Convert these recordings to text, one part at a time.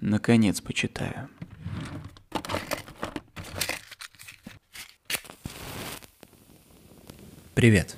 Наконец почитаю. Привет.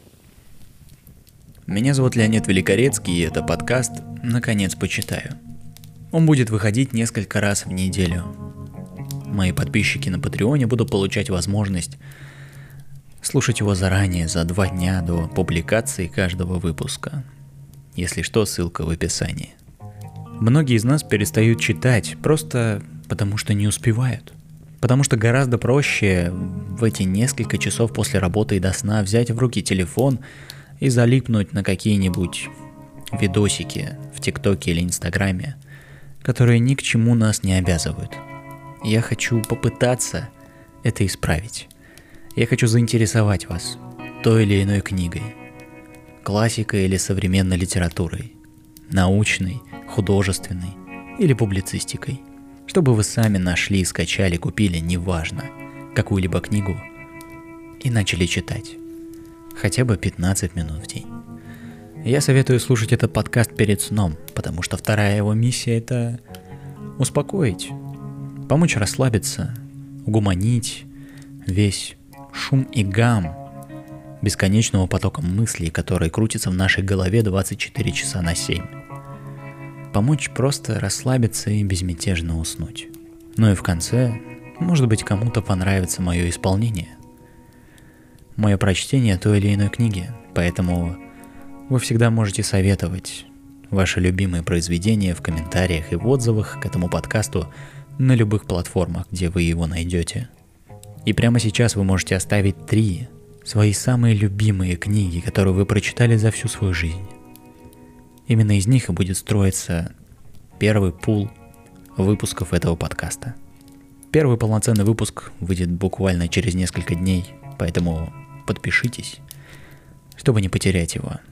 Меня зовут Леонид Великорецкий, и это подкаст «Наконец почитаю». Он будет выходить несколько раз в неделю. Мои подписчики на Патреоне будут получать возможность слушать его заранее, за 2 дня до публикации каждого выпуска. Если что, ссылка в описании. Многие из нас перестают читать просто потому, что не успевают. Потому что гораздо проще в эти несколько часов после работы и до сна взять в руки телефон и залипнуть на какие-нибудь видосики в ТикТоке или Инстаграме, которые ни к чему нас не обязывают. Я хочу попытаться это исправить. Я хочу заинтересовать вас той или иной книгой, классикой или современной литературой, научной, художественной или публицистикой, чтобы вы сами нашли, скачали, купили, неважно, какую-либо книгу и начали читать. Хотя бы 15 минут в день. Я советую слушать этот подкаст перед сном, потому что вторая его миссия – это успокоить, помочь расслабиться, угомонить весь шум и гам бесконечного потока мыслей, которые крутятся в нашей голове 24 часа на 7. Помочь просто расслабиться и безмятежно уснуть. Ну и в конце, может быть, кому-то понравится мое исполнение, мое прочтение той или иной книги, поэтому вы всегда можете советовать ваши любимые произведения в комментариях и в отзывах к этому подкасту на любых платформах, где вы его найдете. И прямо сейчас вы можете оставить 3 свои самые любимые книги, которые вы прочитали за всю свою жизнь. Именно из них и будет строиться первый пул выпусков этого подкаста. Первый полноценный выпуск выйдет буквально через несколько дней, поэтому подпишитесь, чтобы не потерять его.